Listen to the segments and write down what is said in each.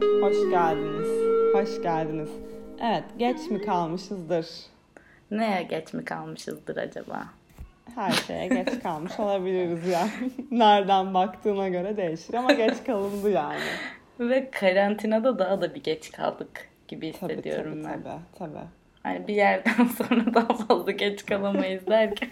Hoş geldiniz. Hoş geldiniz. Evet, geç mi kalmışızdır? Neye geç mi kalmışızdır acaba? Her şeye geç kalmış olabiliriz yani. Nereden baktığına göre değişir ama geç kalındı yani. Ve karantinada daha da bir geç kaldık gibi Tabii tabii hissediyorum ben. tabii tabii. Hani bir yerden sonra daha fazla geç kalamayız derken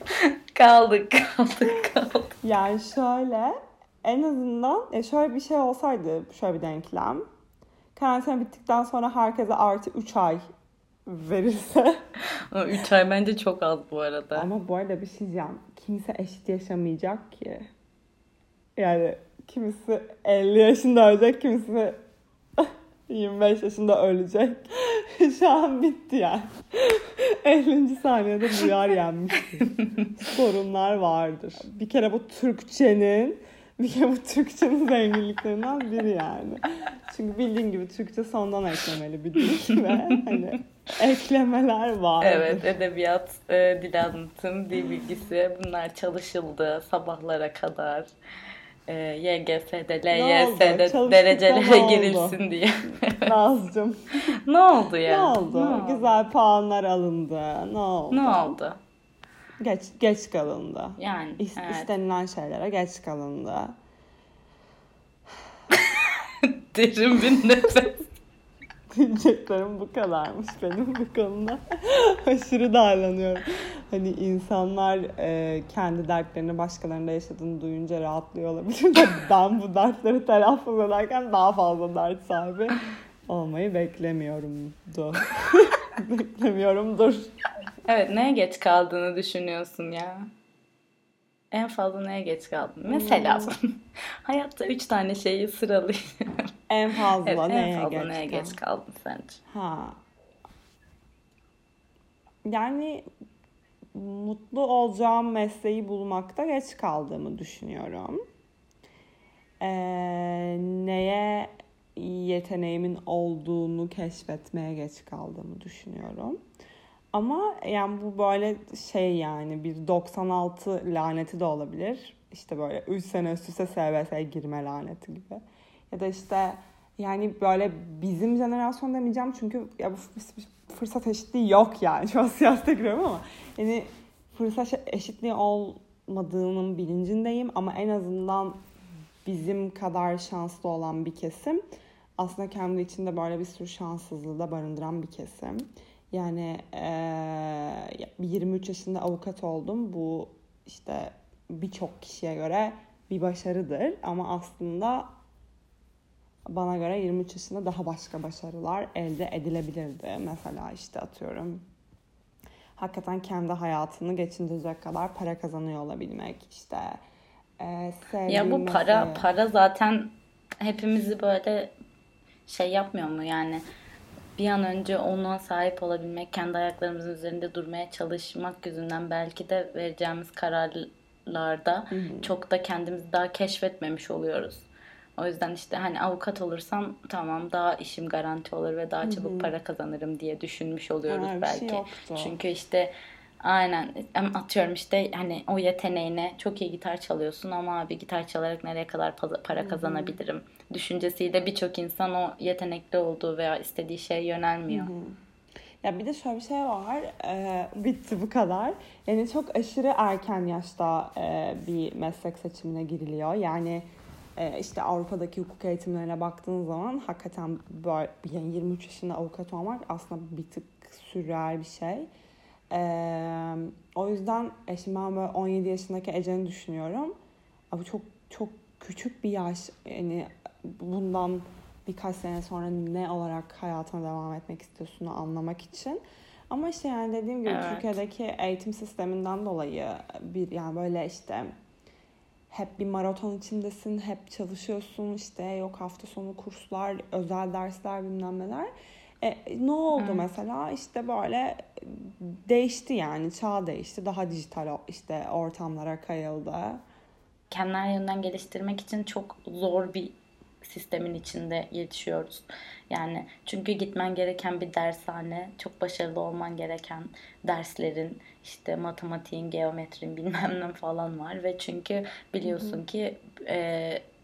kaldık. Yani şöyle, en azından şöyle bir şey olsaydı, şöyle bir denklem. Karantina bittikten sonra herkese artı 3 ay verirse. Ama 3 ay bence çok az bu arada. Ama bu arada bir şey diyeceğim. Kimse eşit yaşamayacak ki. Yani kimisi 50 yaşında ölecek, kimisi 25 yaşında ölecek. Şu an bitti yani. 50. saniyede duyar yenmiştir. Sorunlar vardır. Bir kere bu Türkçenin zenginliklerinden biri yani. Çünkü bildiğin gibi Türkçe sondan eklemeli bir dil ve hani eklemeler vardır. Evet, edebiyat, dil anlatım, dil bilgisi bunlar çalışıldı sabahlara kadar. YGS'de, Ne oldu? LYS'de Çalıştıkta ne derecelere oldu? girilsin diye. Nazcığım. Ne oldu Ne ya? Ne oldu? oldu? Güzel puanlar alındı. Ne Ne oldu? oldu? Geç kalındı. Yani evet. İstenilen şeylere geç kalındı. Derin bir nefes. Diyeceklerim bu kadarmış benim bu konuda. Aşırı darlanıyorum. Hani insanlar kendi dertlerini başkalarında yaşadığını duyunca rahatlıyor olabilir de ben bu dertleri telaffuz ederken daha fazla dert sahibi olmayı beklemiyorumdu. Beklemiyorumdur. Evet, neye geç kaldığını düşünüyorsun ya? En fazla neye geç kaldın? Mesela hayatta 3 tane şeyi sıralayayım. En Evet, fazla en neye fazla geç neye kal? geç kaldın sence? Ha. Yani mutlu olacağım mesleği bulmakta geç kaldığımı düşünüyorum. Neye yeteneğimin olduğunu keşfetmeye geç kaldığımı düşünüyorum. Ama yani bu böyle şey yani bir 96 laneti de olabilir. İşte böyle 3 sene üst üste SBS'ye girme laneti gibi. Ya da işte yani böyle bizim jenerasyon demeyeceğim çünkü ya bu fırsat eşitliği yok yani. Şu an siyasete giriyorum ama yani fırsat eşitliği olmadığının bilincindeyim ama en azından bizim kadar şanslı olan bir kesim aslında kendi içinde böyle bir sürü şanssızlığı da barındıran bir kesim. Yani 23 yaşında avukat oldum. Bu işte birçok kişiye göre bir başarıdır. Ama aslında bana göre 23 yaşında daha başka başarılar elde edilebilirdi. Mesela işte atıyorum hakikaten kendi hayatını geçindirecek kadar para kazanıyor olabilmek. İşte Ya sevdiğim bu mesleği. para zaten hepimizi böyle şey yapmıyor mu yani? Bir an önce ona sahip olabilmek, kendi ayaklarımızın üzerinde durmaya çalışmak yüzünden belki de vereceğimiz kararlarda çok da kendimizi daha keşfetmemiş oluyoruz. O yüzden işte hani avukat olursam tamam daha işim garanti olur ve daha çabuk para kazanırım diye düşünmüş oluyoruz Öyle bir şey belki. yoktu. Çünkü işte aynen atıyorum işte hani o yeteneğine çok iyi gitar çalıyorsun ama abi gitar çalarak nereye kadar para kazanabilirim düşüncesiyle birçok insan o yetenekli olduğu veya istediği şeye yönelmiyor. Ya bir de şöyle bir şey var. Bitti bu kadar. Yani çok aşırı erken yaşta bir meslek seçimine giriliyor. Yani işte Avrupa'daki hukuk eğitimlerine baktığın zaman hakikaten böyle yani 23 yaşında avukat olmak aslında bir tık sürreal bir şey. O yüzden şimdi ben böyle 17 yaşındaki Ece'ni düşünüyorum. Abi çok çok küçük bir yaş. Yani bundan birkaç sene sonra ne olarak hayatına devam etmek istiyorsun anlamak için. Ama işte yani dediğim gibi Evet. Türkiye'deki eğitim sisteminden dolayı bir yani böyle işte hep bir maraton içindesin, hep çalışıyorsun işte yok hafta sonu kurslar, özel dersler bilmem neler. Ne oldu Evet. mesela işte böyle değişti yani çağ değişti daha dijital işte ortamlara kayıldı. Kendini yönden geliştirmek için çok zor bir sistemin içinde yetişiyoruz. Yani çünkü gitmen gereken bir dershane, çok başarılı olman gereken derslerin, işte matematiğin, geometrin bilmem ne falan var ve çünkü biliyorsun ki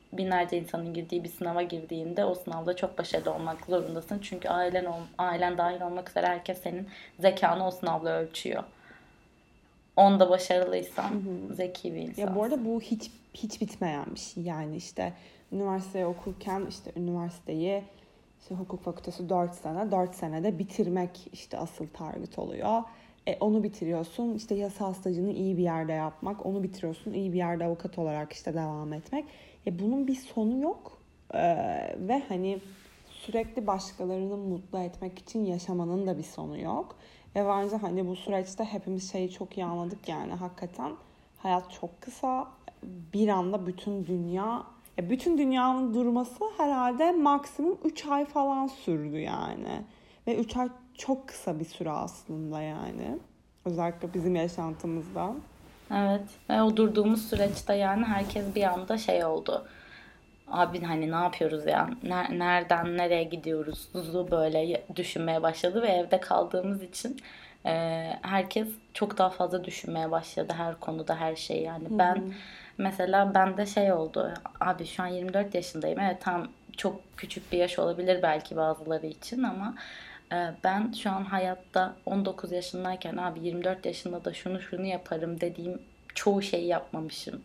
binlerce insanın girdiği bir sınava girdiğinde o sınavda çok başarılı olmak zorundasın. Çünkü ailen dahil olmak üzere herkes senin zekanı o sınavla ölçüyor. Onda başarılıysan zeki bir Ya bu arada insansın. bu hiç bitmeyen bir şey. Yani işte üniversiteyi okurken işte üniversiteyi işte hukuk fakültesi 4 sene, 4 senede bitirmek işte asıl target oluyor. Onu bitiriyorsun işte yasal stajını iyi bir yerde yapmak, onu bitiriyorsun iyi bir yerde avukat olarak işte devam etmek. Bunun bir sonu yok. Ve hani sürekli başkalarını mutlu etmek için yaşamanın da bir sonu yok. Ve bence hani bu süreçte hepimiz şeyi çok iyi anladık yani hakikaten hayat çok kısa. Bir anda bütün dünyanın durması herhalde maksimum 3 ay falan sürdü yani. Ve 3 ay çok kısa bir süre aslında yani. Özellikle bizim yaşantımızda. Evet. Ve o durduğumuz süreçte yani herkes bir anda şey oldu. Abi hani ne yapıyoruz ya? Nereden nereye gidiyoruz? Böyle düşünmeye başladı ve evde kaldığımız için herkes çok daha fazla düşünmeye başladı her konuda her şey yani. Mesela bende şey oldu. Abi şu an 24 yaşındayım. Evet tam çok küçük bir yaş olabilir belki bazıları için ama ben şu an hayatta 19 yaşındayken abi 24 yaşında da şunu yaparım dediğim çoğu şeyi yapmamışım.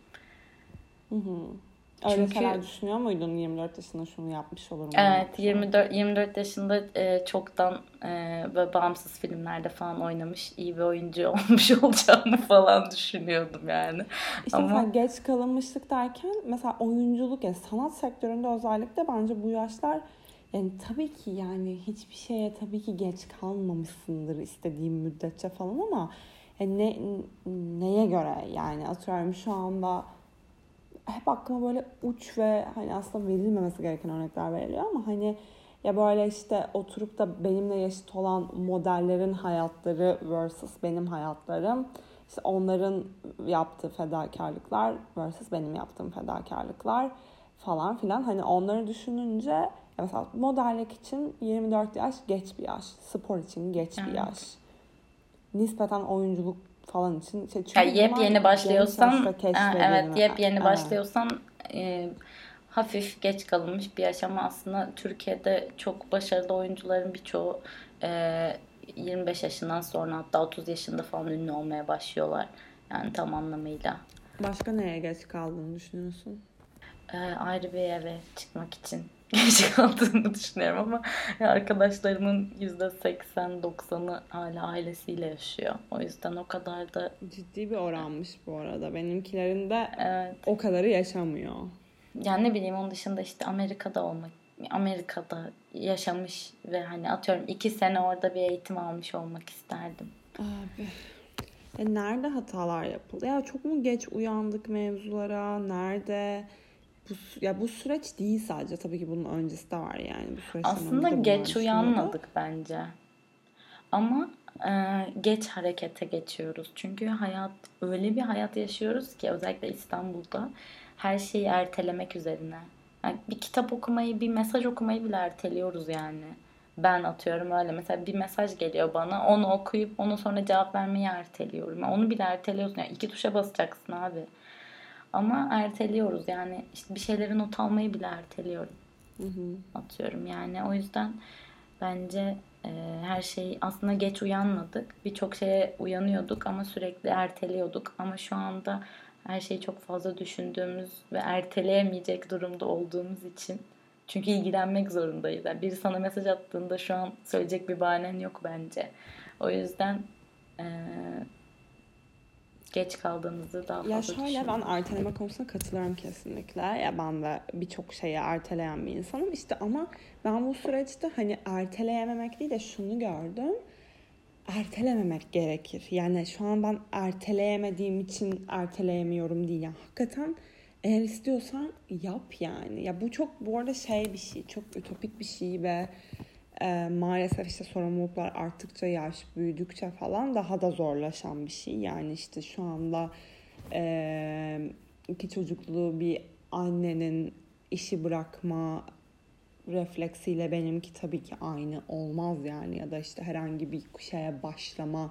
Öyle Çünkü şeyler düşünüyor muydun 24 yaşında şunu yapmış olurum, bunu evet, yapmış olurum? 24 yaşında çoktan böyle bağımsız filmlerde falan oynamış iyi bir oyuncu olmuş olacağımı falan düşünüyordum yani. İşte mesela Ama geç kalınmışlık derken mesela oyunculuk ya sanat sektöründe özellikle bence bu yaşlar yani tabii ki yani hiçbir şeye tabii ki geç kalmamışsındır istediğim müddetçe falan ama neye göre yani atıyorum şu anda hep aklıma böyle uç ve hani aslında verilmemesi gereken örnekler veriliyor ama hani ya böyle işte oturup da benimle yaşıt olan modellerin hayatları versus benim hayatlarım. İşte onların yaptığı fedakarlıklar versus benim yaptığım fedakarlıklar falan filan. Hani onları düşününce mesela modellik için 24 yaş geç bir yaş. Spor için geç bir yaş. evet. Nispeten oyunculuk falan için. Ya Çünkü bunlar yepyeni genç başlıyorsan, yaşta evet keşfedilme. yepyeni Evet. başlıyorsan hafif geç kalınmış bir yaş ama aslında Türkiye'de çok başarılı oyuncuların birçoğu 25 yaşından sonra hatta 30 yaşında falan ünlü olmaya başlıyorlar. Yani tam anlamıyla. Başka neye geç kaldığını düşünüyorsun? Ayrı bir eve çıkmak için geç kaldığımı düşünüyorum ama arkadaşlarımın %80-90'ı hala ailesiyle yaşıyor. O yüzden o kadar da Ciddi bir oranmış bu arada. Benimkilerin de evet. o kadarı yaşamıyor. Yani ne bileyim onun dışında işte Amerika'da yaşamış ve hani atıyorum 2 sene orada bir eğitim almış olmak isterdim. Abi. Nerede hatalar yapıldı? Ya çok mu geç uyandık mevzulara? Nerede? Bu süreç değil sadece. Tabii ki bunun öncesi de var yani. Bu süreçten Aslında önce de bunlar geç düşünülüyordu. uyanmadık bence. Ama geç harekete geçiyoruz. Çünkü öyle bir hayat yaşıyoruz ki özellikle İstanbul'da her şeyi ertelemek üzerine. Yani bir kitap okumayı, bir mesaj okumayı bile erteliyoruz yani. Ben atıyorum öyle. Mesela bir mesaj geliyor bana. Onu okuyup onu sonra cevap vermeyi erteliyorum. Yani onu bile erteliyorsun. Yani 2 tuşa basacaksın abi. Ama erteliyoruz. Yani işte bir şeyleri not almayı bile erteliyorum. Atıyorum yani. O yüzden bence her şey aslında geç uyanmadık. Birçok şeye uyanıyorduk ama sürekli erteliyorduk. Ama şu anda her şeyi çok fazla düşündüğümüz ve erteleyemeyecek durumda olduğumuz için. Çünkü ilgilenmek zorundayız. Yani biri sana mesaj attığında şu an söyleyecek bir bahanen yok bence. O yüzden e, geç kaldığımızı daha Ya fazla şöyle ben düşünüyoruz. erteleme konusunda katılıyorum kesinlikle. Ya ben de birçok şeyi erteleyen bir insanım. İşte ama ben bu süreçte hani erteleyememek değil de şunu gördüm. Ertelememek gerekir. Yani şu an ben erteleyemediğim için erteleyemiyorum değil. Yani hakikaten eğer istiyorsan yap yani. Ya bu çok bu arada bir şey, çok ütopik bir şey ve maalesef işte sorumluluklar arttıkça yaş büyüdükçe falan daha da zorlaşan bir şey. Yani işte şu anda iki çocuklu bir annenin işi bırakma refleksiyle benimki tabii ki aynı olmaz yani ya da işte herhangi bir şeye başlama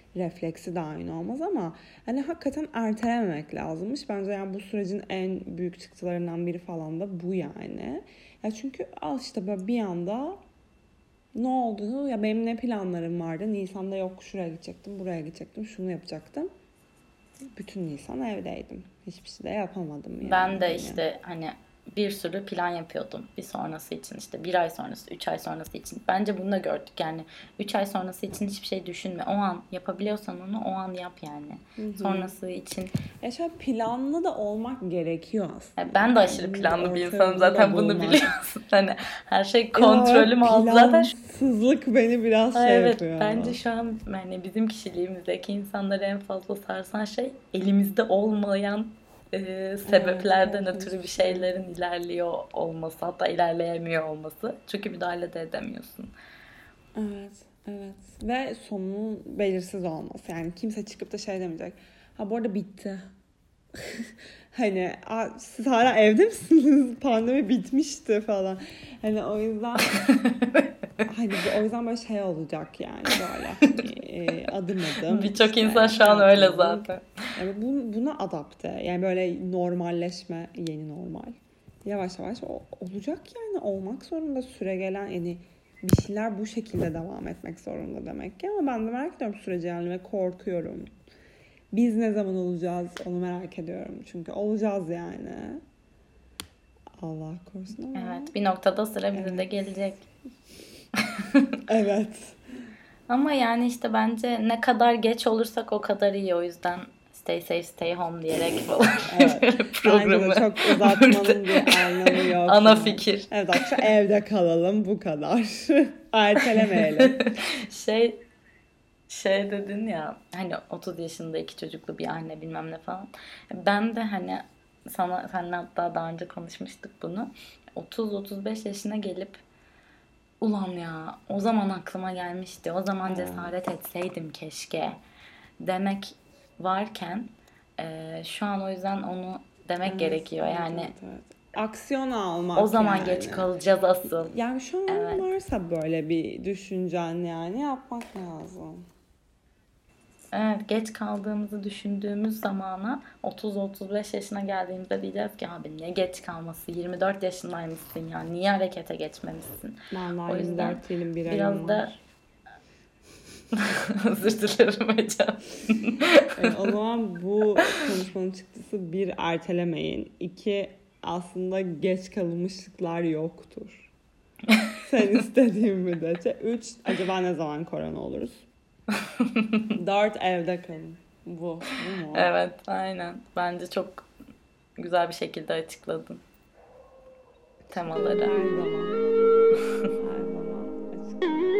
refleksi de aynı olmaz ama hani hakikaten ertelememek lazımmış. Bence yani bu sürecin en büyük çıktılarından biri falan da bu yani. Ya çünkü al işte böyle bir anda ne oldu? Ya benim ne planlarım vardı? Nisan'da yok şuraya gidecektim, buraya gidecektim, şunu yapacaktım. Bütün Nisan evdeydim. Hiçbir şey de yapamadım yani. Ben de Hani. işte hani bir sürü plan yapıyordum bir sonrası için, işte bir ay sonrası, 3 ay sonrası için. Bence bunu da gördük yani, 3 ay sonrası için hiçbir şey düşünme. O an yapabiliyorsan onu o an yap yani. Sonrası için. Ya şöyle planlı da olmak gerekiyor aslında. Ben de aşırı planlı bir insanım zaten, bunu biliyorsun. Hani her şey kontrolüm altında. Zaten plansızlık beni biraz evet, yapıyor. bence şu an yani bizim kişiliğimizdeki insanları en fazla sarsan şey elimizde olmayan sebeplerden ötürü bir şeylerin ilerliyor olması, hatta ilerleyemiyor olması. Çünkü müdahale de edemiyorsun. Evet, evet. Ve sonunun belirsiz olması. Yani kimse çıkıp da şey demeyecek. Ha bu arada bitti. Hani siz hala evde misiniz? Pandemi bitmişti falan. Hani o yüzden hani o yüzden böyle şey olacak yani böyle adım adım. Birçok işte, insan şu an öyle zaten. Yani buna adapte. Yani böyle normalleşme, yeni normal. Yavaş yavaş olacak yani, olmak zorunda, süregelen yani bir şeyler bu şekilde devam etmek zorunda demek ki. Ama ben de merak ediyorum süreci yani ve korkuyorum. Biz ne zaman olacağız onu merak ediyorum. Çünkü olacağız yani. Allah korusun ama. Evet, bir noktada sıra bize de gelecek. Evet. Ama yani işte bence ne kadar geç olursak o kadar iyi, o yüzden stay safe, stay home diyerek falan programı. Bence de çok uzatmanın bir anlamı yok. Ana fikir. Evet arkadaşlar, evde kalalım, bu kadar. Ertelemeyelim. Şey dedin ya, hani 30 yaşında 2 çocuklu bir anne bilmem ne falan. Ben de hani seninle hatta daha önce konuşmuştuk bunu. 30-35 yaşına gelip ulan ya o zaman aklıma gelmişti, o zaman cesaret etseydim keşke demek varken şu an o yüzden onu demek gerekiyor yani. Evet. Aksiyon almak. O zaman yani. Geç kalacağız asıl. Yani şu an varsa böyle bir düşüncen yani yapmak lazım. Evet, geç kaldığımızı düşündüğümüz zamana 30-35 yaşına geldiğimizde diyeceğiz ki abi ne geç kalması, 24 yaşındaymışsın ya, niye harekete geçmemişsin. Vallahi o yüzden 24 yılın bir ayım biraz da var. özür dilerim hocam. O zaman bu konuşmanın çıktısı: 1, ertelemeyin. 2, aslında geç kalınmışlıklar yoktur. Sen istediğin müddetçe. 3, acaba ne zaman korona oluruz? 4, evde kalın. Bu mu? Evet, aynen. Bence çok güzel bir şekilde açıkladın temaları. Her zaman. Her zaman açıkladın.